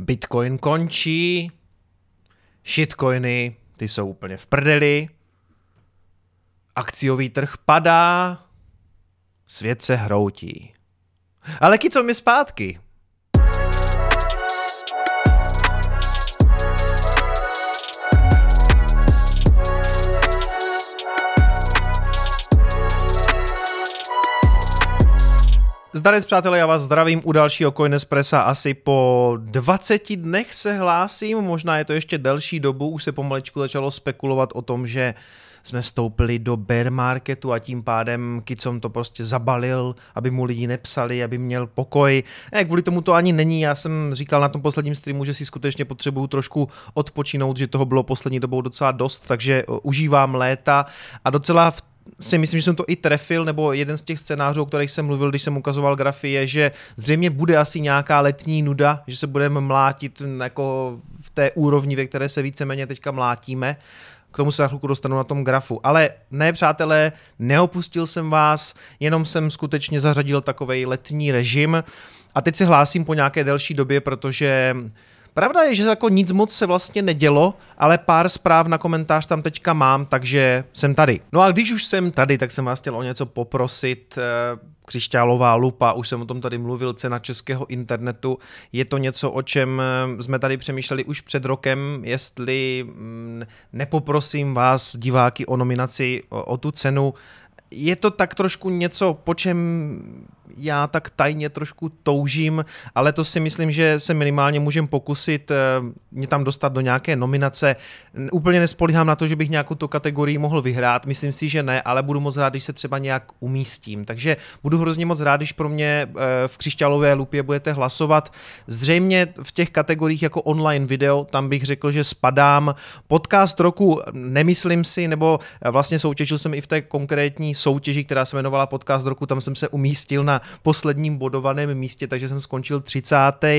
Bitcoin končí, shitcoiny, ty jsou úplně v prdeli, akciový trh padá, svět se hroutí. Ale co mi zpátky? Zdarec, přátelé, já vás zdravím u dalšího Coinespressa. Asi po 20 dnech se hlásím, možná je to ještě delší dobu, už se pomaličku začalo spekulovat o tom, že jsme vstoupili do bear marketu a tím pádem Kicom to prostě zabalil, aby mu lidi nepsali, aby měl pokoj. Kvůli tomu to ani není, já jsem říkal na tom posledním streamu, že si skutečně potřebuju trošku odpočinout, že toho bylo poslední dobou docela dost, takže užívám léta a docela si myslím, že jsem to i trefil, nebo jeden z těch scénářů, o kterých jsem mluvil, když jsem ukazoval grafy, je, že zřejmě bude asi nějaká letní nuda, že se budeme mlátit jako v té úrovni, ve které se víceméně teďka mlátíme. K tomu se za chvilku dostanu na tom grafu. Ale ne, přátelé, neopustil jsem vás, jenom jsem skutečně zařadil takovej letní režim a teď se hlásím po nějaké delší době, protože pravda je, že jako nic moc se vlastně nedělo, ale pár zpráv na komentář tam teďka mám, takže jsem tady. No a když už jsem tady, tak jsem vás chtěl o něco poprosit. Křišťálová lupa, už jsem o tom tady mluvil, cena českého internetu. Je to něco, o čem jsme tady přemýšleli už před rokem, jestli nepoprosím vás, diváky, o nominaci o tu cenu. Je to tak trošku něco, po čem já tak tajně trošku toužím, ale to si myslím, že se minimálně můžeme pokusit mě tam dostat do nějaké nominace. Úplně nespolíhám na to, že bych nějakou tu kategorii mohl vyhrát, myslím si, že ne, ale budu moc rád, když se třeba nějak umístím. Takže budu hrozně moc rád, když pro mě v křišťálové lupě budete hlasovat. Zřejmě v těch kategoriích jako online video, tam bych řekl, že spadám. Podcast roku nemyslím si, nebo vlastně soutěžil jsem i v té konkrétní soutěži, která se jmenovala Podcast roku, tam jsem se umístil na posledním bodovaném místě, takže jsem skončil 30.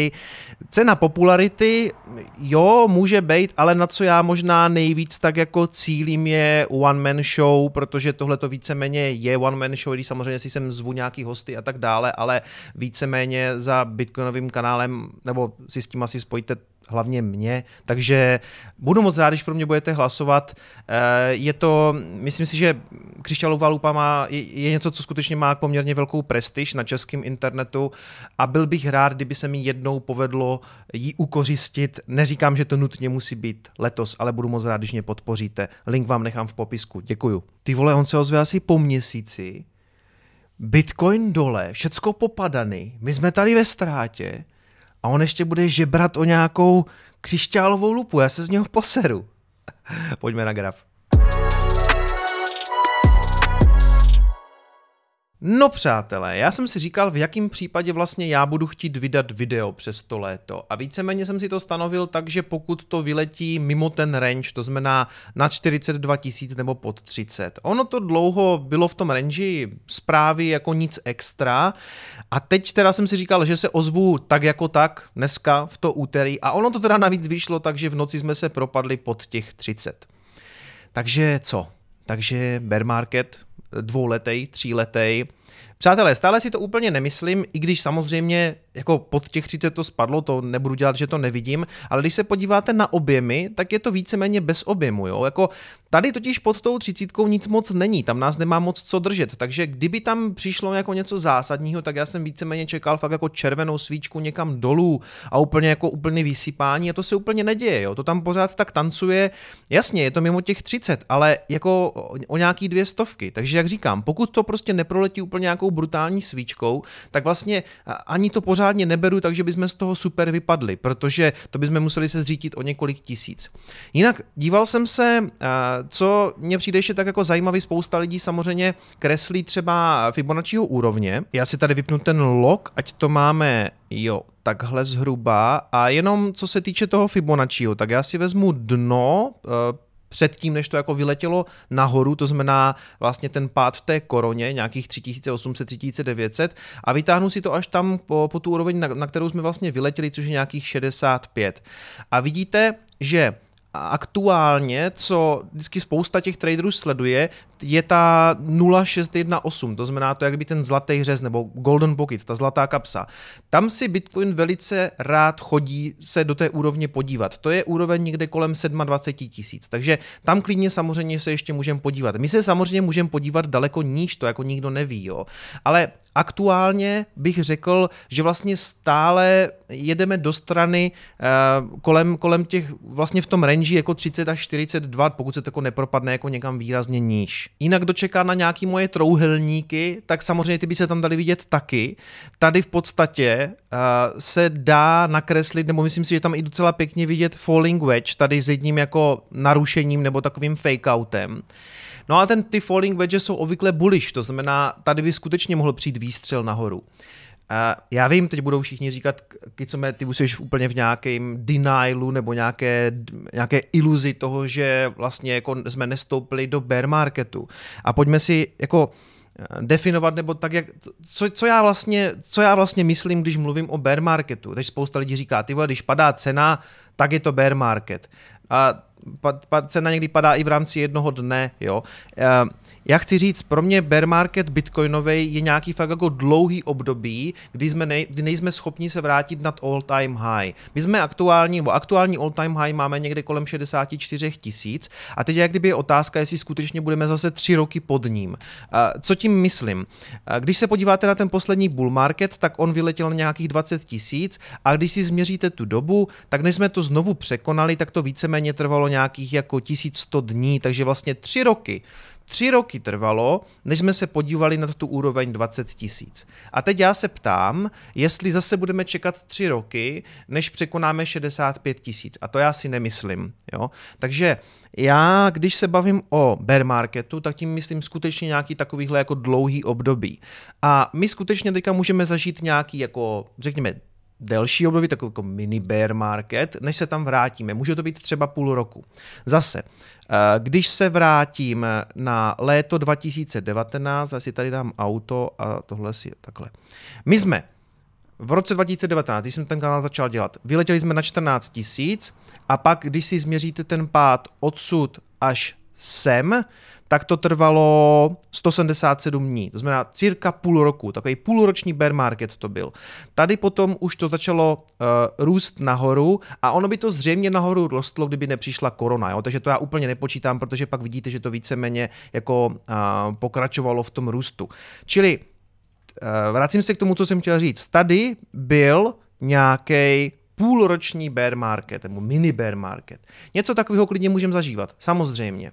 Cena popularity, jo, může být, ale na co já možná nejvíc tak jako cílím je one man show, protože tohle to víceméně je one man show, když samozřejmě si sem zvu nějaký hosty a tak dále, ale víceméně za bitcoinovým kanálem, nebo si s tím asi spojíte hlavně mě, takže budu moc rád, když pro mě budete hlasovat. Je to, myslím si, že křišťálová lupa je něco, co skutečně má poměrně velkou prestiž na českém internetu a byl bych rád, kdyby se mi jednou povedlo ji ukořistit. Neříkám, že to nutně musí být letos, ale budu moc rád, když mě podpoříte. Link vám nechám v popisku. Děkuju. Ty vole, on se ozve asi po měsíci. Bitcoin dole, všecko popadaný, my jsme tady ve ztrátě. A on ještě bude žebrat o nějakou křišťálovou lupu. Já se z něho poseru. Pojďme na graf. No přátelé, já jsem si říkal, v jakém případě vlastně já budu chtít vydat video přes to léto. A víceméně jsem si to stanovil tak, že pokud to vyletí mimo ten range, to znamená nad 42 000 nebo pod 30. Ono to dlouho bylo v tom range zprávy jako nic extra. A teď teda jsem si říkal, že se ozvu tak jako tak dneska v to úterý. A ono to teda navíc vyšlo, takže v noci jsme se propadli pod těch 30. Takže co? Takže bear market, 2letý, 3letý. Přátelé, stále si to úplně nemyslím, i když samozřejmě jako pod těch 30 to spadlo, to nebudu dělat, že to nevidím, ale když se podíváte na objemy, tak je to víceméně bez objemu, jo? Jako tady totiž pod tou 30 nic moc není, tam nás nemá moc co držet, takže kdyby tam přišlo jako něco zásadního, tak já jsem víceméně čekal fakt jako červenou svíčku někam dolů a úplně jako úplný vysypání a to se úplně neděje, jo? To tam pořád tak tancuje, jasně, je to mimo těch 30, ale jako o nějaký 200, takže jak říkám, pokud to prostě neproletí úplně nějakou brutální svíčkou, tak vlastně ani to pořádně neberu, takže bychom z toho super vypadli, protože to bychom museli se zřítit o několik tisíc. Jinak díval jsem se, co mně přijde ještě tak jako zajímavý, spousta lidí samozřejmě kreslí třeba Fibonacciho úrovně. Já si tady vypnu ten log, ať to máme, jo, takhle zhruba a jenom co se týče toho Fibonacciho, tak já si vezmu dno předtím, než to jako vyletělo nahoru, to znamená vlastně ten pád v té koroně, nějakých 3800, 3900 a vytáhnu si to až tam po tu úroveň, na kterou jsme vlastně vyletěli, což je nějakých 65. A vidíte, že aktuálně, co vždycky spousta těch traderů sleduje, je ta 0,618, to znamená to, jak by ten zlatý řez nebo golden pocket, ta zlatá kapsa. Tam si Bitcoin velice rád chodí se do té úrovně podívat. To je úroveň někde kolem 27 tisíc, takže tam klidně samozřejmě se ještě můžeme podívat. My se samozřejmě můžeme podívat daleko níž, to jako nikdo neví, jo. Ale aktuálně bych řekl, že vlastně stále jedeme do strany kolem těch, vlastně v tom range jako 30 až 42, pokud se to jako nepropadne jako někam výrazně níž. Jinak kdo čeká na nějaký moje trouhelníky, tak samozřejmě ty by se tam dali vidět taky. Tady v podstatě se dá nakreslit, nebo myslím si, že tam i docela pěkně vidět falling wedge, tady s jedním jako narušením nebo takovým fakeoutem. No a ty falling wedge jsou obvykle bullish, to znamená, tady by skutečně mohl přijít výstřel nahoru. Já vím, teď budou všichni říkat, ty jsi úplně v nějakém denialu nebo nějaké iluzi toho, že vlastně jako jsme nestoupili do bear marketu. A pojďme si jako definovat, nebo tak, jak, co já vlastně myslím, když mluvím o bear marketu. Teď spousta lidí říká, ty vole, když padá cena, tak je to bear market. A cena někdy padá i v rámci jednoho dne, jo. Já chci říct, pro mě bear market bitcoinovej je nějaký fakt jako dlouhý období, kdy nejsme schopni se vrátit nad all time high. My jsme aktuální all time high máme někde kolem 64 tisíc a teď jak kdyby je otázka, jestli skutečně budeme zase 3 roky pod ním. Co tím myslím? Když se podíváte na ten poslední bull market, tak on vyletěl na nějakých 20 tisíc a když si změříte tu dobu, tak než jsme to znovu překonali, tak to víceméně trvalo nějakých jako 1100 dní, takže vlastně 3 roky. 3 roky trvalo, než jsme se podívali na tu úroveň 20 tisíc. A teď já se ptám, jestli zase budeme čekat 3 roky, než překonáme 65 tisíc. A to já si nemyslím. Jo? Takže já, když se bavím o bear marketu, tak tím myslím skutečně nějaký takovýhle jako dlouhý období. A my skutečně teďka můžeme zažít nějaký jako, řekněme, delší období, takový jako mini bear market, než se tam vrátíme. Může to být třeba půl roku. Zase, když se vrátím na léto 2019, asi tady dám auto a tohle si takhle. My jsme v roce 2019, když jsem ten kanál začal dělat, vyletěli jsme na 14 tisíc a pak, když si změříte ten pád odsud až sem, tak to trvalo 177 dní, to znamená cirka půl roku, takový půlroční bear market to byl. Tady potom už to začalo růst nahoru a ono by to zřejmě nahoru rostlo, kdyby nepřišla korona, jo? Takže to já úplně nepočítám, protože pak vidíte, že to víceméně jako pokračovalo v tom růstu. Čili vracím se k tomu, co jsem chtěl říct. Tady byl nějaký půlroční bear market, nebo mini bear market. Něco takového klidně můžeme zažívat, samozřejmě.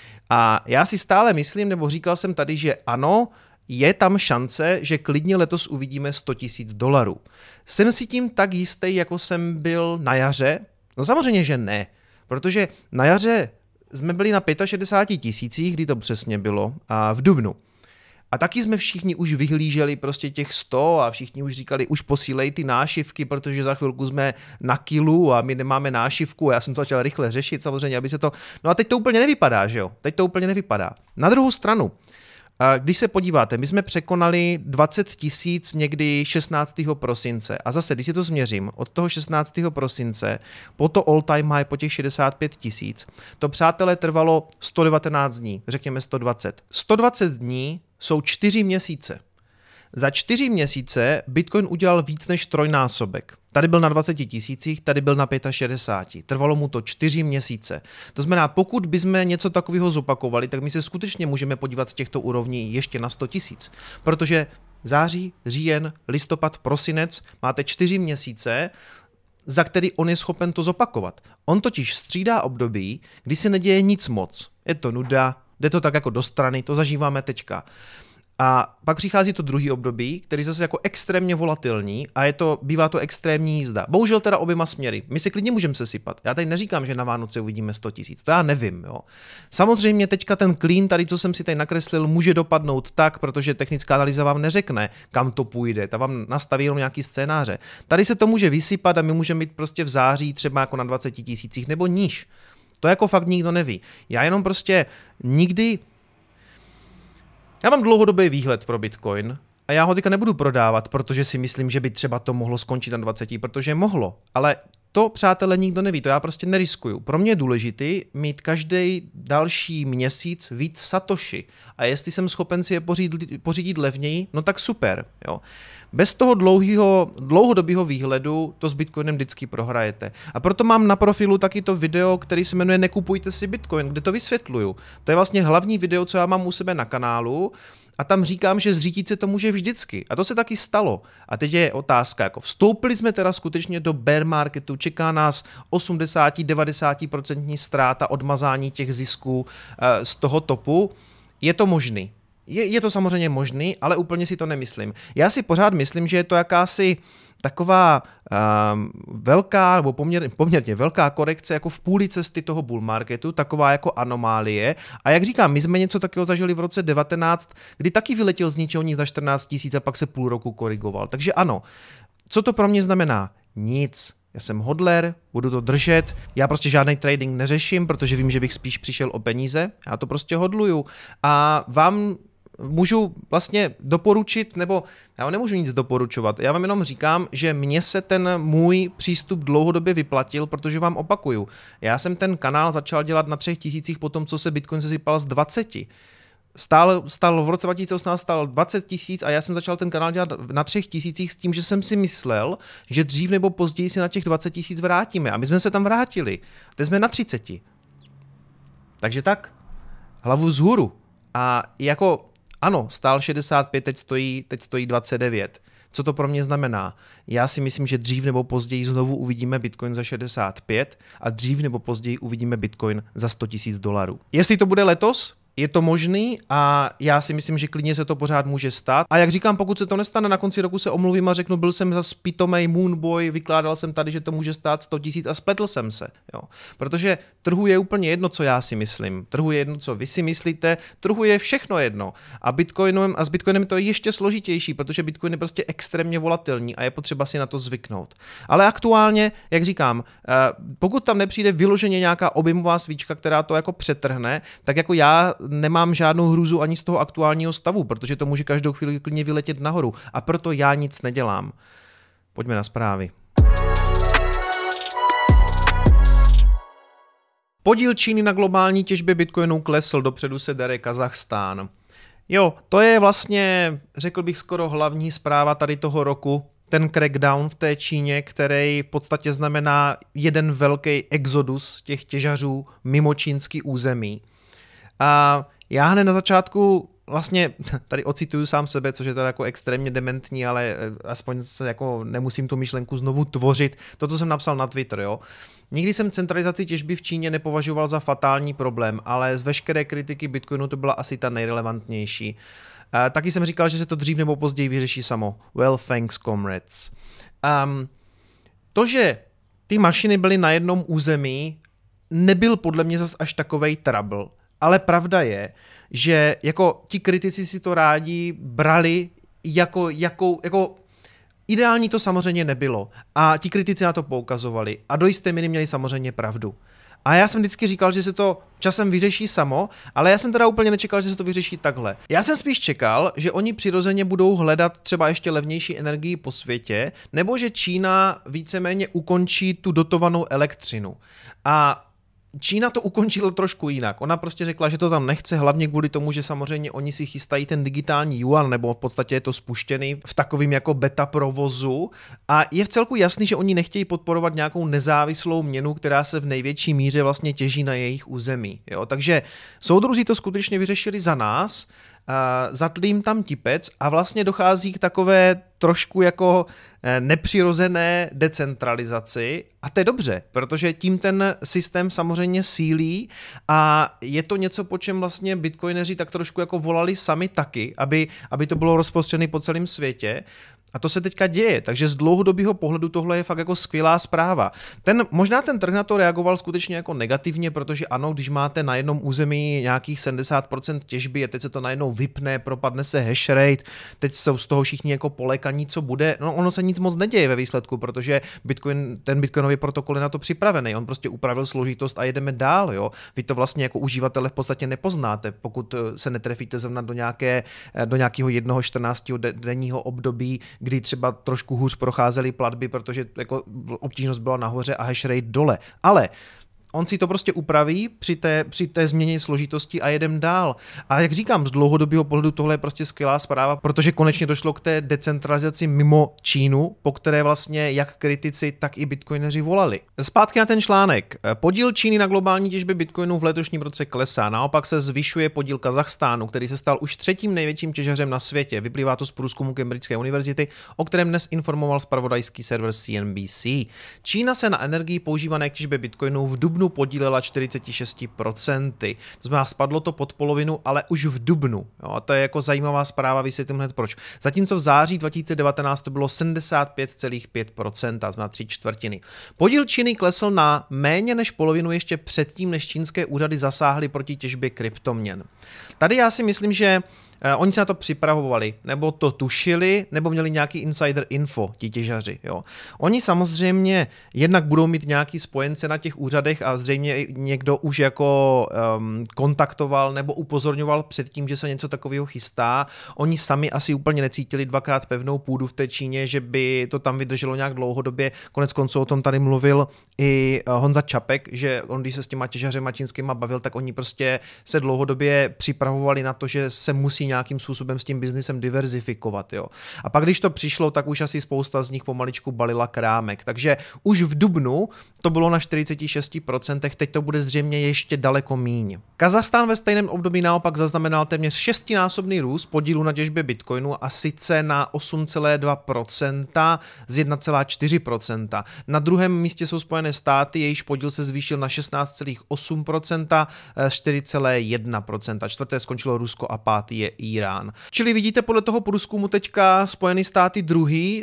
A já si stále myslím, nebo říkal jsem tady, že ano, je tam šance, že klidně letos uvidíme $100,000. Jsem si tím tak jistý, jako jsem byl na jaře? No samozřejmě, že ne, protože na jaře jsme byli na 65 tisících, kdy to přesně bylo, a v dubnu. A taky jsme všichni už vyhlíželi prostě těch 100 a všichni už říkali, už posílej ty nášivky, protože za chvilku jsme na kilu a my nemáme nášivku. A já jsem to začal rychle řešit samozřejmě, aby se to... No a teď to úplně nevypadá, že jo? Teď to úplně nevypadá. Na druhou stranu, když se podíváte, my jsme překonali 20 tisíc někdy 16. prosince a zase, když si to změřím, od toho 16. prosince po to all time high po těch 65 tisíc, to přátelé trvalo 119 dní, řekněme 120. 120 dní jsou 4 měsíce. Za 4 měsíce Bitcoin udělal víc než trojnásobek. Tady byl na 20 tisících, tady byl na 65. Trvalo mu to 4 měsíce. To znamená, pokud bychom něco takového zopakovali, tak my se skutečně můžeme podívat z těchto úrovní ještě na 100 tisíc. Protože září, říjen, listopad, prosinec máte 4 měsíce, za který on je schopen to zopakovat. On totiž střídá období, kdy se neděje nic moc. Je to nuda, jde to tak jako do strany, to zažíváme teďka. A pak přichází to druhý období, který zase jako extrémně volatilní a bývá to extrémní jízda. Bohužel teda oběma směry. My si klidně můžeme sesypat. Já tady neříkám, že na Vánoce uvidíme 100 tisíc. To já nevím. Jo. Samozřejmě teďka ten clean, tady co jsem si tady nakreslil, může dopadnout tak, protože technická analýza vám neřekne, kam to půjde. Ta vám nastaví jenom nějaký scénáře. Tady se to může vysypat a my můžeme být prostě v září třeba jako na 20 tisících nebo níž. To jako fakt nikdo neví. Já jenom prostě nikdy... Já mám dlouhodobý výhled pro Bitcoin a já ho teďka nebudu prodávat, protože si myslím, že by třeba to mohlo skončit na 20, protože mohlo. Ale to, přátelé, nikdo neví, to já prostě neriskuju. Pro mě je důležitý mít každý další měsíc víc satoshi. A jestli jsem schopen si je pořídit levněji, no tak super. Jo. Bez toho dlouhodobého výhledu to s Bitcoinem vždycky prohrajete. A proto mám na profilu taky to video, který se jmenuje Nekupujte si Bitcoin, kde to vysvětluju. To je vlastně hlavní video, co já mám u sebe na kanálu. A tam říkám, že zřídit se to může vždycky. A to se taky stalo. A teď je otázka, jako vstoupili jsme teda skutečně do bear marketu, čeká nás 80-90% ztráta, odmazání těch zisků z toho topu. Je to možný. Je to samozřejmě možný, ale úplně si to nemyslím. Já si pořád myslím, že je to jakási taková velká, nebo poměrně velká korekce jako v půli cesty toho bull marketu, taková jako anomálie. A jak říkám, my jsme něco takového zažili v roce 19, kdy taky vyletěl z ničeho nic na 14 000 a pak se půl roku korigoval. Takže ano, co to pro mě znamená? Nic. Já jsem hodler, budu to držet, já prostě žádný trading neřeším, protože vím, že bych spíš přišel o peníze, já to prostě hodluju. A vám můžu vlastně doporučit, nebo já vám nemůžu nic doporučovat, já vám jenom říkám, že mně se ten můj přístup dlouhodobě vyplatil, protože vám opakuju, já jsem ten kanál začal dělat na 3000 po tom, co se Bitcoin sesypal z 20. Stál v roce 2018 stál 20 000 a já jsem začal ten kanál dělat na 3000 s tím, že jsem si myslel, že dřív nebo později si na těch 20 000 vrátíme. A my jsme se tam vrátili. Teď jsme na 30. Takže tak, hlavu vzhůru. A jako ano, stál 65, teď stojí 29. Co to pro mě znamená? Já si myslím, že dřív nebo později znovu uvidíme Bitcoin za 65 a dřív nebo později uvidíme Bitcoin za $100,000. Jestli to bude letos, je to možný a já si myslím, že klidně se to pořád může stát. A jak říkám, pokud se to nestane, na konci roku se omluvím a řeknu, byl jsem zas pitomej moonboy, vykládal jsem tady, že to může stát 100 000 a spletl jsem se. Jo. Protože trhu je úplně jedno, co já si myslím. Trhu je jedno, co vy si myslíte. Trhu je všechno jedno. A s Bitcoinem to je ještě složitější, protože Bitcoin je prostě extrémně volatilní a je potřeba si na to zvyknout. Ale aktuálně, jak říkám, pokud tam nepřijde vyloženě nějaká objemová svíčka, která to jako přetrhne, tak jako já nemám žádnou hrůzu ani z toho aktuálního stavu, protože to může každou chvíli klidně vyletět nahoru a proto já nic nedělám. Pojďme na zprávy. Podíl Číny na globální těžbě Bitcoinu klesl, dopředu se dere Kazachstán. Jo, to je vlastně, řekl bych, skoro hlavní zpráva tady toho roku, ten crackdown v té Číně, který v podstatě znamená jeden velký exodus těch těžařů mimo čínský území. A já hned na začátku vlastně tady ocituju sám sebe, což je teda jako extrémně dementní, ale aspoň se jako nemusím tu myšlenku znovu tvořit. To, co jsem napsal na Twitter, jo. Nikdy jsem centralizaci těžby v Číně nepovažoval za fatální problém, ale z veškeré kritiky Bitcoinu to byla asi ta nejrelevantnější. Taky jsem říkal, že se to dřív nebo později vyřeší samo. Well, thanks, comrades. To, že ty mašiny byly na jednom území, nebyl podle mě zas až takovej trouble. Ale pravda je, že jako ti kritici si to rádi brali jako ideální to samozřejmě nebylo. A ti kritici na to poukazovali. A do jisté míry měli samozřejmě pravdu. A já jsem vždycky říkal, že se to časem vyřeší samo, ale já jsem teda úplně nečekal, že se to vyřeší takhle. Já jsem spíš čekal, že oni přirozeně budou hledat třeba ještě levnější energii po světě, nebo že Čína víceméně ukončí tu dotovanou elektřinu. A Čína to ukončila trošku jinak. Ona prostě řekla, že to tam nechce, hlavně kvůli tomu, že samozřejmě oni si chystají ten digitální yuan, nebo v podstatě je to spuštěný v takovým jako beta provozu. A je v celku jasný, že oni nechtějí podporovat nějakou nezávislou měnu, která se v největší míře vlastně těží na jejich území. Jo? Takže soudruzi to skutečně vyřešili za nás, zatli jim tam tipec a vlastně dochází k takové trošku jako nepřirozené decentralizaci a to je dobře, protože tím ten systém samozřejmě sílí a je to něco, po čem vlastně bitcoineři tak trošku jako volali sami taky, aby to bylo rozprostřené po celém světě A to se teďka děje, takže z dlouhodobého pohledu tohle je fakt jako skvělá zpráva. Možná ten trh na to reagoval skutečně jako negativně, protože ano, když máte na jednom území nějakých 70% těžby a teď se to najednou vypne, propadne se hash rate, teď jsou z toho všichni jako polekaní, co bude, no ono se nic moc neděje ve výsledku, protože ten bitcoinový protokol je na to připravený, on prostě upravil složitost a jedeme dál, jo. Vy to vlastně jako uživatele v podstatě nepoznáte, pokud se netrefíte zrovna do nějakého 14 denního období, kdy třeba trošku hůř procházely platby, protože jako obtížnost byla nahoře a hash rate dole. Ale on si to prostě upraví při té změně složitosti a jedem dál. A jak říkám, z dlouhodobého pohledu tohle je prostě skvělá zpráva, protože konečně došlo k té decentralizaci mimo Čínu, po které vlastně jak kritici, tak i bitcoineři volali. Zpátky na ten článek. Podíl Číny na globální těžbě bitcoinu v letošním roce klesá. Naopak se zvyšuje podíl Kazachstánu, který se stal už třetím největším těžařem na světě. Vyplývá to z průzkumu Cambridgeské univerzity, o kterém dnes informoval zpravodajský server CNBC. Čína se na energii používané k těžbě bitcoinu v dubnu podílela 46%. To znamená, spadlo to pod polovinu, ale už v dubnu. Jo, a to je jako zajímavá zpráva, vysvětlím hned proč. Zatímco v září 2019 to bylo 75,5%, to znamená 3/4. Podíl Číny klesl na méně než polovinu ještě předtím, než čínské úřady zasáhly proti těžbě kryptoměn. Tady já si myslím, že oni se na to připravovali, nebo to tušili, nebo měli nějaký insider info, ti těžaři. Jo. Oni samozřejmě jednak budou mít nějaký spojence na těch úřadech a zřejmě někdo už jako kontaktoval nebo upozorňoval před tím, že se něco takového chystá. Oni sami asi úplně necítili dvakrát pevnou půdu v té Číně, že by to tam vydrželo nějak dlouhodobě. Konec konců o tom tady mluvil i Honza Čapek, že on, když se s těma těžařema čínskýma bavil, tak oni prostě se dlouhodobě připravovali na to, že se musí nějakým způsobem s tím biznisem diverzifikovat. Jo. A pak, když to přišlo, tak už asi spousta z nich pomaličku balila krámek. Takže už v dubnu to bylo na 46%, teď to bude zřejmě ještě daleko míň. Kazachstán ve stejném období naopak zaznamenal téměř 6násobný růst podílu na těžbě bitcoinu a sice na 8,2% z 1,4%. Na druhém místě jsou Spojené státy, jejichž podíl se zvýšil na 16,8% z 4,1%. Čtvrté skončilo Rusko a pátý je Irán. Čili vidíte podle toho průzkumu teďka Spojené státy druhý,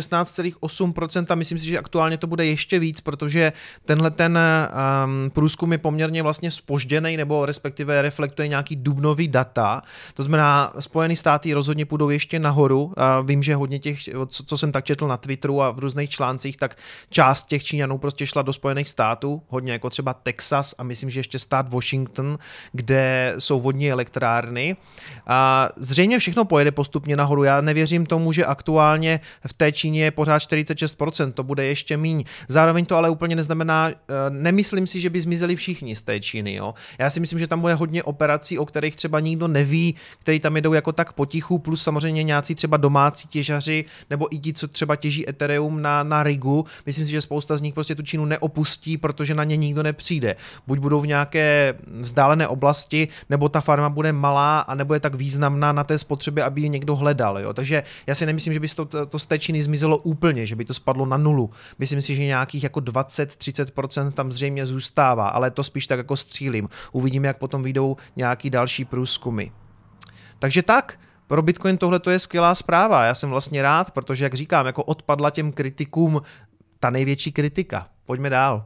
16,8%, myslím si, že aktuálně to bude ještě víc, protože tenhle průzkum je poměrně vlastně zpožděný, nebo respektive reflektuje nějaký dubnový data. To znamená, Spojené státy rozhodně půjdou ještě nahoru. Vím, že hodně těch, co jsem tak četl na Twitteru a v různých článcích, tak část těch Číňanů prostě šla do Spojených států, hodně jako třeba Texas a myslím, že ještě stát Washington, kde jsou vodní elektrárny. A zřejmě všechno pojede postupně nahoru. Já nevěřím tomu, že aktuálně v té Číně je pořád 46%, to bude ještě míň. Zároveň to ale úplně neznamená, nemyslím si, že by zmizeli všichni z té Číny. Jo? Já si myslím, že tam bude hodně operací, o kterých třeba nikdo neví, který tam jedou jako tak potichu, plus samozřejmě nějací třeba domácí těžaři, nebo i ti, co třeba těží Ethereum na rigu. Myslím si, že spousta z nich prostě tu Čínu neopustí, protože na ně nikdo nepřijde. Buď budou v nějaké vzdálené oblasti, nebo ta farma bude malá a nebude tak významná na té spotřebě, aby ji někdo hledal. Jo? Takže já si nemyslím, že by to z té Číny zmizelo úplně, že by to spadlo na nulu. Myslím si, že nějakých jako 20-30% tam zřejmě zůstává, ale to spíš tak jako střílím. Uvidíme, jak potom vyjdou nějaký další průzkumy. Takže tak, pro Bitcoin tohle to je skvělá zpráva. Já jsem vlastně rád, protože, jak říkám, jako odpadla těm kritikům ta největší kritika. Pojďme dál.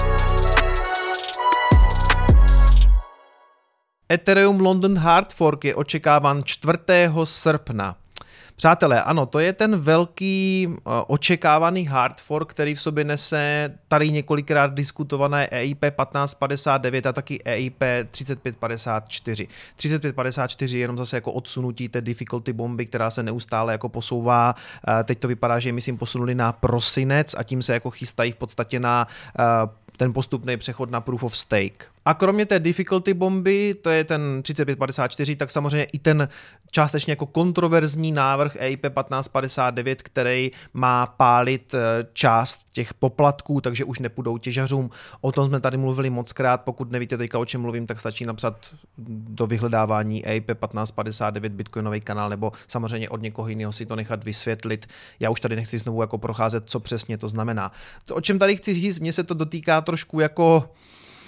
Ethereum London Hard Fork je očekáván 4. srpna. Přátelé, ano, to je ten velký očekávaný hard fork, který v sobě nese tady několikrát diskutované EIP 1559 a taky EIP 3554. 3554 je jenom zase jako odsunutí té difficulty bomby, která se neustále jako posouvá. Teď to vypadá, že myslím posunuli na prosinec a tím se jako chystají v podstatě na ten postupný přechod na proof of stake. A kromě té difficulty bomby, to je ten 3554, tak samozřejmě i ten částečně jako kontroverzní návrh EIP 1559, který má pálit část těch poplatků, takže už nepůjdou těžařům. O tom jsme tady mluvili mockrát, pokud nevíte teďka, o čem mluvím, tak stačí napsat do vyhledávání EIP 1559 Bitcoinový kanál, nebo samozřejmě od někoho jiného si to nechat vysvětlit. Já už tady nechci znovu jako procházet, co přesně to znamená. To, o čem tady chci říct, mně se to dotýká trošku jako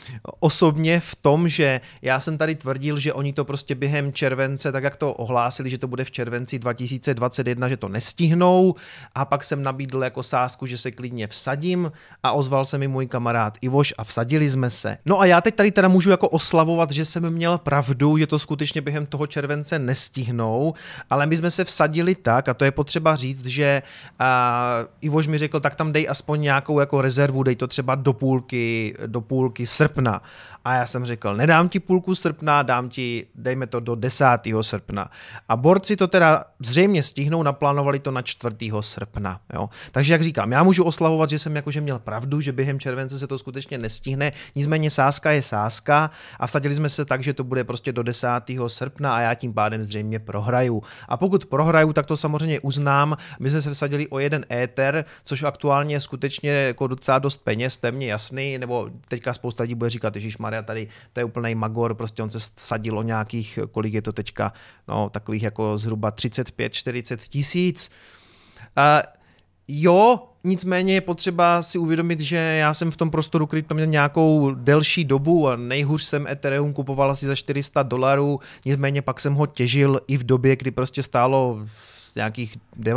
osobně v tom, že já jsem tady tvrdil, že oni to prostě během července, tak jak to ohlásili, že to bude v červenci 2021, že to nestihnou, a pak jsem nabídl jako sázku, že se klidně vsadím, a ozval se mi můj kamarád Ivoš a vsadili jsme se. No a já teď tady teda můžu jako oslavovat, že jsem měl pravdu, že to skutečně během toho července nestihnou, ale my jsme se vsadili tak, a to je potřeba říct, že Ivoš mi řekl, tak tam dej aspoň nějakou jako rezervu, dej to třeba do půlky srpna. A já jsem řekl, nedám ti půlku srpna, dejme to do 10. srpna. A borci to teda zřejmě stihnou, naplánovali to na 4. srpna. Jo? Takže jak říkám, já můžu oslavovat, že jsem jakože měl pravdu, že během července se to skutečně nestihne, nicméně sázka je sázka a vsadili jsme se tak, že to bude prostě do 10. srpna a já tím pádem zřejmě prohraju. A pokud prohraju, tak to samozřejmě uznám. My jsme se vsadili o jeden éter, což aktuálně je skutečně jako docela dost peněz, to je mně jasný, nebo teďka spousta lidí bude říkat, ježišmarja, tady to je úplnej magor, prostě on se sadil o nějakých, kolik je to teďka, no takových jako zhruba 35-40 tisíc. Jo, nicméně je potřeba si uvědomit, že já jsem v tom prostoru krypto měl nějakou delší dobu a nejhůř jsem Ethereum kupoval asi za $400, nicméně pak jsem ho těžil i v době, kdy prostě stálo nějakých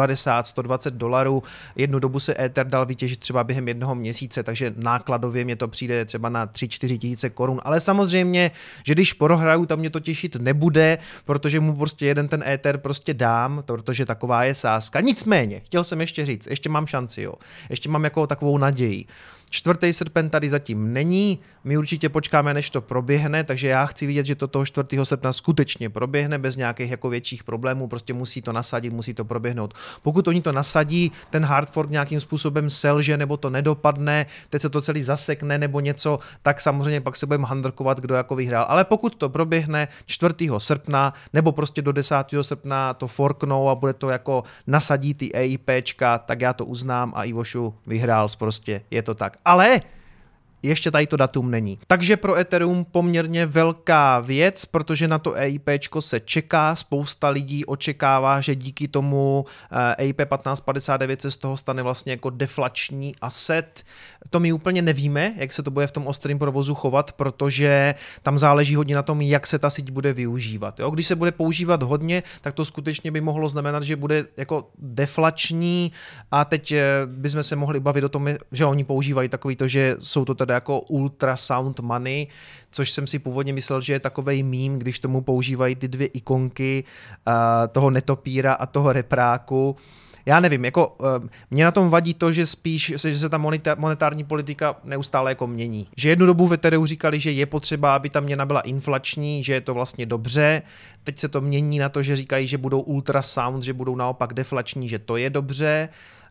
90-120 $. Jednu dobu se Ether dal vytěžit třeba během 1 měsíce, takže nákladově mě to přijde třeba na 3-4 tisíce korun. Ale samozřejmě, že když prohraju, tam mě to těšit nebude, protože mu prostě jeden ten Ether prostě dám, protože taková je sázka. Nicméně, chtěl jsem ještě říct, ještě mám šanci, jo. Ještě mám jako takovou naději. 4. srpen tady zatím není, my určitě počkáme, než to proběhne, takže já chci vidět, že to toho 4. srpna skutečně proběhne bez nějakých jako větších problémů, prostě musí to nasadit, musí to proběhnout. Pokud oni to nasadí, ten hard fork nějakým způsobem selže nebo to nedopadne, teď se to celý zasekne nebo něco, tak samozřejmě pak se budeme handrkovat, kdo jako vyhrál. Ale pokud to proběhne 4. srpna nebo prostě do 10. srpna to forknou a bude to jako nasadí ty EIPčka, tak já to uznám a Ivošu vyhrál prostě, je to tak. Ale ještě tady to datum není. Takže pro Ethereum poměrně velká věc, protože na to EIPčko se čeká, spousta lidí očekává, že díky tomu EIP 1559 se z toho stane vlastně jako deflační asset. To my úplně nevíme, jak se to bude v tom ostrém provozu chovat, protože tam záleží hodně na tom, jak se ta síť bude využívat. Jo? Když se bude používat hodně, tak to skutečně by mohlo znamenat, že bude jako deflační a teď bychom se mohli bavit o tom, že oni používají takový to, že jsou to teda jako ultrasound money, což jsem si původně myslel, že je takovej meme, když tomu používají ty 2 ikonky toho netopíra a toho repráku. Já nevím, jako mě na tom vadí to, že spíš, že se ta monetární politika neustále jako mění. Že jednu dobu v Ethereum říkali, že je potřeba, aby ta měna byla inflační, že je to vlastně dobře. Teď se to mění na to, že říkají, že budou ultrasound, že budou naopak deflační, že to je dobře.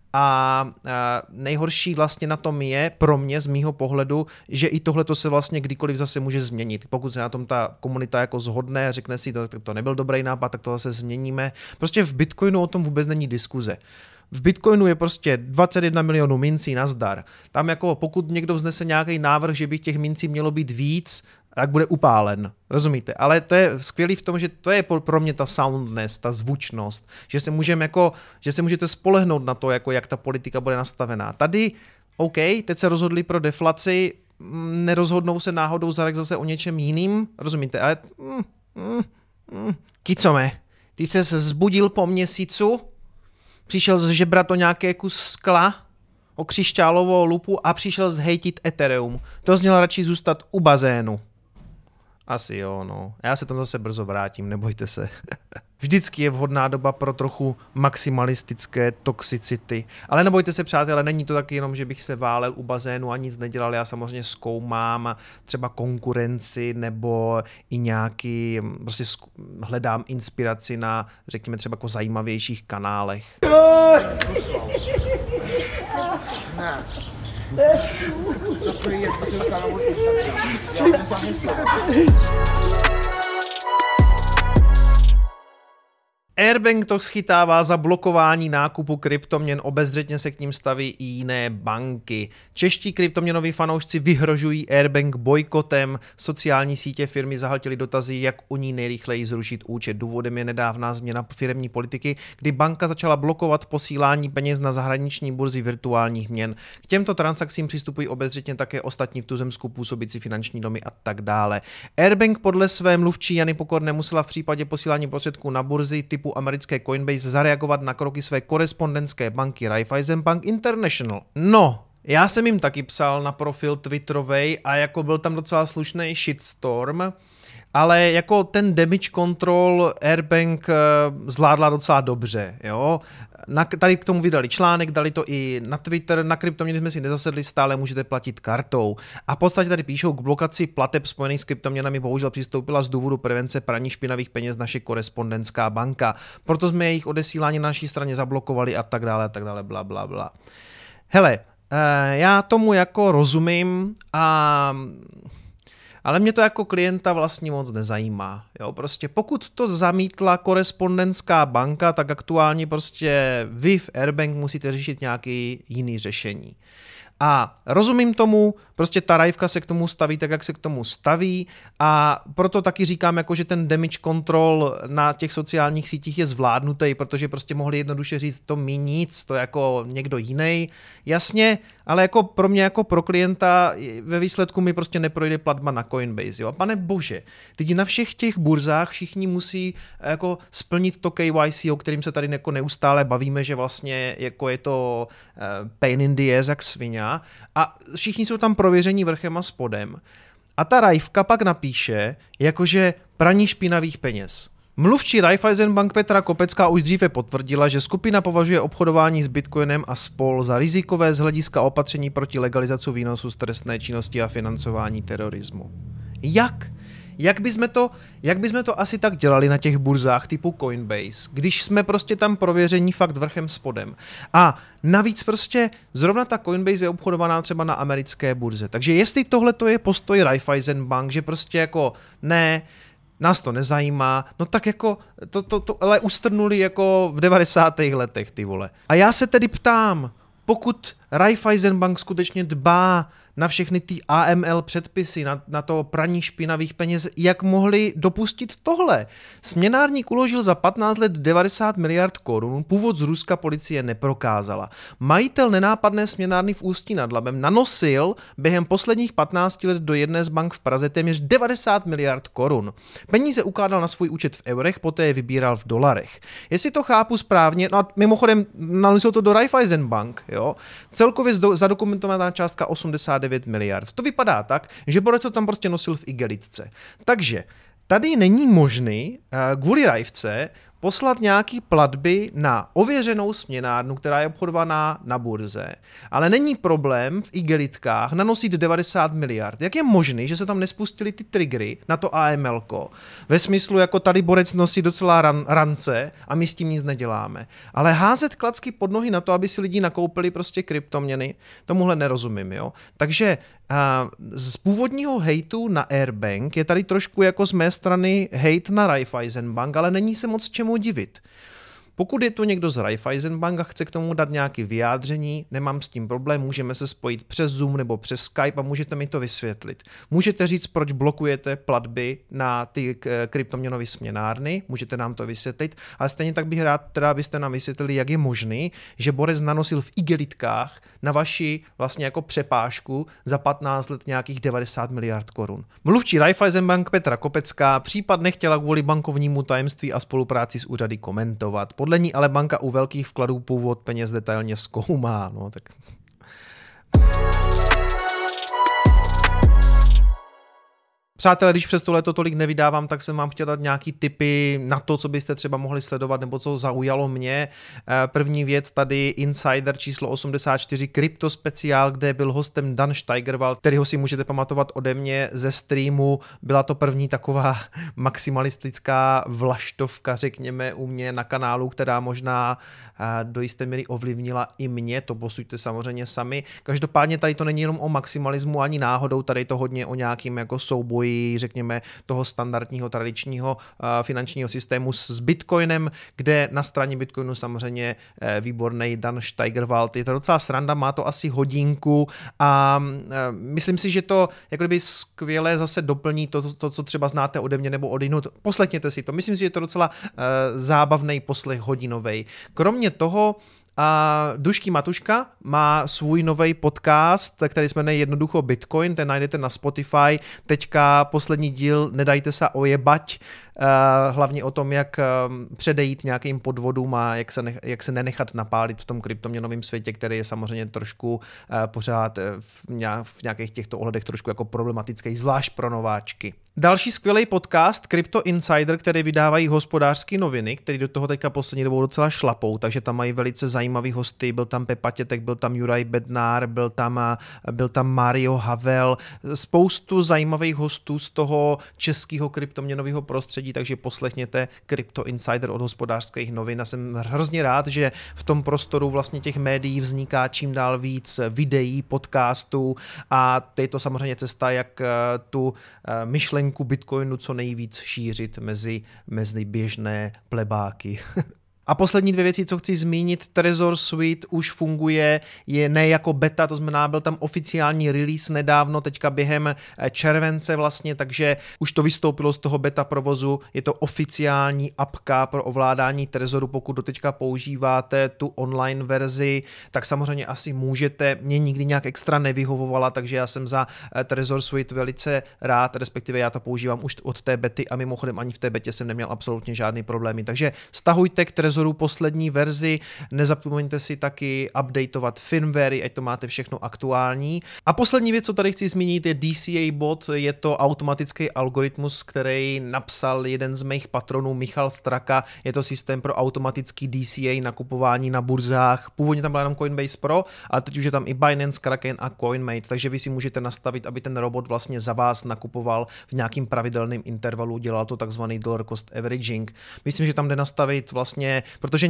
A nejhorší vlastně na tom je pro mě z mýho pohledu, že i tohleto se vlastně kdykoliv zase může změnit. Pokud se na tom ta komunita jako zhodne, řekne si, to nebyl dobrý nápad, tak to zase změníme. Prostě v Bitcoinu o tom vůbec není diskuze. V Bitcoinu je prostě 21 milionů mincí, nazdar. Tam jako pokud někdo vznese nějaký návrh, že by těch mincí mělo být víc, tak bude upálen. Rozumíte? Ale to je skvělý v tom, že to je pro mě ta soundness, ta zvučnost, že se můžete spolehnout na to, jako jak ta politika bude nastavená. Tady, OK, teď se rozhodli pro deflaci, nerozhodnou se náhodou za rok zase o něčem jiným, rozumíte? Ale Kicome, ty se zbudil po měsícu, přišel zžebrat o nějaký kus skla, o křišťálovou lupu a přišel zhejtit Ethereum. To znělo radši zůstat u bazénu. Asi jo, no. Já se tam zase brzo vrátím, nebojte se. Vždycky je vhodná doba pro trochu maximalistické toxicity. Ale nebojte se, přátelé, není to taky jenom, že bych se válel u bazénu a nic nedělal. Já samozřejmě zkoumám třeba konkurenci nebo i nějaký, prostě hledám inspiraci na, řekněme, třeba jako zajímavějších kanálech. Airbank to schytává za blokování nákupu kryptoměn, obezřetně se k ním staví i jiné banky. Čeští kryptoměnoví fanoušci vyhrožují Airbank bojkotem, sociální sítě firmy zahltily dotazy, jak u ní nejrychleji zrušit účet. Důvodem je nedávná změna firemní politiky, kdy banka začala blokovat posílání peněz na zahraniční burzy virtuálních měn. K těmto transakcím přistupují obezřetně také ostatní v tuzemsku působící finanční domy a tak dále. Airbank podle své mluvčí Jany Pokorné musela v případě posílání prostředků na burzy typu americké Coinbase zareagovat na kroky své korespondentské banky Raiffeisen Bank International. No, já jsem jim taky psal na profil Twitterovej a jako byl tam docela slušný shitstorm, ale jako ten damage control Airbank zvládla docela dobře, jo. Tady k tomu vydali článek, dali to i na Twitter, na kryptoměny jsme si nezasedli, stále můžete platit kartou. A v podstatě tady píšou, k blokaci plateb spojených s kryptoměnami bohužel přistoupila z důvodu prevence praní špinavých peněz naše korespondentská banka. Proto jsme jejich odesílání na naší straně zablokovali a tak dále, bla, bla, bla. Hele, já tomu jako rozumím ale mě to jako klienta vlastně moc nezajímá. Jo, prostě pokud to zamítla korespondentská banka, tak aktuálně prostě vy v Airbank musíte řešit nějaký jiný řešení. A rozumím tomu, prostě ta Raivka se k tomu staví tak, jak se k tomu staví a proto taky říkám, jako, že ten damage control na těch sociálních sítích je zvládnutý, protože prostě mohli jednoduše říct, to mi nic, to jako někdo jiný. Jasně, ale jako pro mě, jako pro klienta, ve výsledku mi prostě neprojde platba na Coinbase. Jo? A pane bože, teď na všech těch burzách všichni musí jako splnit to KYC, o kterým se tady jako neustále bavíme, že vlastně jako je to pain in the ass jak svině. A všichni jsou tam prověření vrchem a spodem. A ta Raivka pak napíše, jakože praní špinavých peněz. Mluvčí Raiffeisen Bank Petra Kopecká už dříve potvrdila, že skupina považuje obchodování s bitcoinem a spol za rizikové z hlediska opatření proti legalizaci výnosu z trestné činnosti a financování terorismu. Jak? Jak bychom to asi tak dělali na těch burzách typu Coinbase, když jsme prostě tam prověření fakt vrchem spodem. A navíc prostě zrovna ta Coinbase je obchodovaná třeba na americké burze. Takže jestli tohle to je postoj Raiffeisen Bank, že prostě jako ne, nás to nezajímá, no tak jako to ale ustrnuli jako v 90. letech, ty vole. A já se tedy ptám, pokud Raiffeisen Bank skutečně dbá na všechny ty AML předpisy, na to praní špinavých peněz, jak mohli dopustit tohle? Směnárník uložil za 15 let 90 miliard korun, původ z Ruska policie neprokázala. Majitel nenápadné směnárny v Ústí nad Labem nanosil během posledních 15 let do jedné z bank v Praze téměř 90 miliard korun. Peníze ukládal na svůj účet v eurech, poté je vybíral v dolarech. Jestli to chápu správně, no a mimochodem nanosil to do Raiffeisen Bank, jo? Celkově zadokumentovaná částka 89 miliard. To vypadá tak, že Borec to tam prostě nosil v igelitce. Takže tady není možný kvůli Raivce poslat nějaký platby na ověřenou směnárnu, která je obchodovaná na burze. Ale není problém v igelitkách nanosit 90 miliard. Jak je možný, že se tam nespustily ty triggery na to AML-ko? Ve smyslu, jako tady Borec nosí docela rance a my s tím nic neděláme. Ale házet klacky pod nohy na to, aby si lidi nakoupili prostě kryptoměny, tomuhle nerozumím, jo. Takže z původního hejtu na Airbank je tady trošku jako z mé strany hejt na Raiffeisen Bank, ale není se moc čemu divit. Pokud je tu někdo z Raiffeisen Bank a chce k tomu dát nějaké vyjádření, nemám s tím problém, můžeme se spojit přes Zoom nebo přes Skype a můžete mi to vysvětlit. Můžete říct, proč blokujete platby na ty kryptoměnové směnárny, můžete nám to vysvětlit, ale stejně tak bych rád, teda abyste nám vysvětlili, jak je možný, že Borec nanosil v igelitkách na vaši vlastně jako přepážku za 15 let nějakých 90 miliard korun. Mluvčí Raiffeisen Bank Petra Kopecká případ nechtěla kvůli bankovnímu tajemství a spolupráci s úřady komentovat. Podle ní ale banka u velkých vkladů původ peněz detailně zkoumá. No, tak... Přátelé, když přes tohleto tolik nevydávám, tak jsem vám chtěl dát nějaký tipy na to, co byste třeba mohli sledovat nebo co zaujalo mě. První věc tady Insider číslo 84 Krypto speciál, kde byl hostem Dan Steigerwald, kterýho si můžete pamatovat ode mě ze streamu. Byla to první taková maximalistická vlaštovka, řekněme, u mě na kanálu, která možná do jisté míry ovlivnila i mě, to posuďte samozřejmě sami. Každopádně tady to není jenom o maximalismu ani náhodou, tady je to hodně o nějakým jako souboji vývoji, řekněme, toho standardního tradičního finančního systému s Bitcoinem, kde na straně Bitcoinu samozřejmě výborný Dan Steigerwald. Je to docela sranda, má to asi hodinku a myslím si, že to jako kdyby skvěle zase doplní to, co třeba znáte ode mě nebo od jinut. Poslechněte si to. Myslím si, že je to docela zábavný poslech hodinovej. Kromě toho Dušky Matuška má svůj nový podcast, který se jmenuje Jednoducho Bitcoin, ten najdete na Spotify. Teďka poslední díl Nedajte se ojebať, hlavně o tom, jak předejít nějakým podvodům a jak se nenechat napálit v tom kryptoměnovém světě, který je samozřejmě trošku pořád v nějakých těchto ohledech trošku jako problematický, zvlášť pro nováčky. Další skvělý podcast Crypto Insider, který vydávají Hospodářské noviny, který do toho teďka poslední dobou docela šlapou, takže tam mají velice zajímavý hosty, byl tam Pepa Tětek, byl tam Juraj Bednár, byl tam Mario Havel, spoustu zajímavých hostů z toho českého kryptoměnového prostředí, takže poslechněte Crypto Insider od Hospodářských novin a jsem hrozně rád, že v tom prostoru vlastně těch médií vzniká čím dál víc videí, podcastů a to je to samozřejmě cesta, jak tu myšlenku Bitcoinu co nejvíc šířit mezi běžné plebáky. A poslední dvě věci, co chci zmínit, Trezor Suite už funguje, je ne jako beta, to znamená, byl tam oficiální release nedávno, teďka během července vlastně, takže už to vystoupilo z toho beta provozu, je to oficiální apka pro ovládání Trezoru, pokud do teďka používáte tu online verzi, tak samozřejmě asi můžete, mě nikdy nějak extra nevyhovovala, takže já jsem za Trezor Suite velice rád, respektive já to používám už od té bety a mimochodem ani v té betě jsem neměl absolutně žádný problémy, takže stahujte k Trezoru poslední verzi, nezapomeňte si taky updateovat firmware, ať to máte všechno aktuální. A poslední věc, co tady chci zmínit, je DCA bot, je to automatický algoritmus, který napsal jeden z mých patronů, Michal Straka, je to systém pro automatický DCA nakupování na burzách, původně tam byl jenom Coinbase Pro, ale teď už je tam i Binance, Kraken a CoinMate, takže vy si můžete nastavit, aby ten robot vlastně za vás nakupoval v nějakým pravidelném intervalu, dělal to takzvaný dollar cost averaging. Myslím, že tam jde nastavit vlastně, protože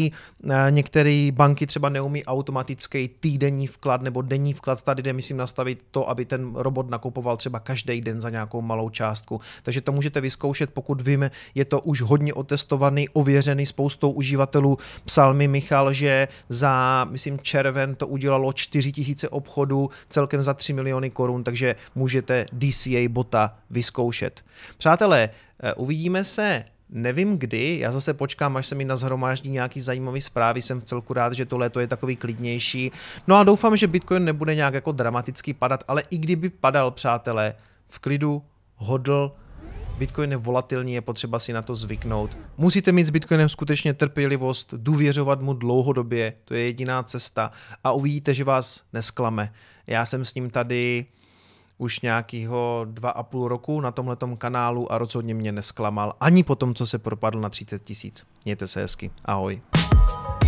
některé banky třeba neumí automatický týdenní vklad nebo denní vklad, tady jde myslím nastavit to, aby ten robot nakupoval třeba každý den za nějakou malou částku. Takže to můžete vyzkoušet, pokud vím, je to už hodně otestovaný, ověřený spoustou uživatelů. Psal mi Michal, že za, myslím, červen to udělalo 4000 obchodů, celkem za 3 miliony korun, takže můžete DCA bota vyzkoušet. Přátelé, uvidíme se nevím kdy, já zase počkám, až se mi nazhromáždí nějaký zajímavý zprávy, jsem v celku rád, že to léto je takový klidnější. No a doufám, že Bitcoin nebude nějak jako dramaticky padat, ale i kdyby padal, přátelé, v klidu, hodl, Bitcoin je volatilní, je potřeba si na to zvyknout. Musíte mít s Bitcoinem skutečně trpělivost, důvěřovat mu dlouhodobě, to je jediná cesta a uvidíte, že vás nesklame. Já jsem s ním tady už nějakýho 2,5 roku na tomhletom kanálu a rozhodně mě nesklamal ani po tom, co se propadl na 30 000. Mějte se hezky. Ahoj.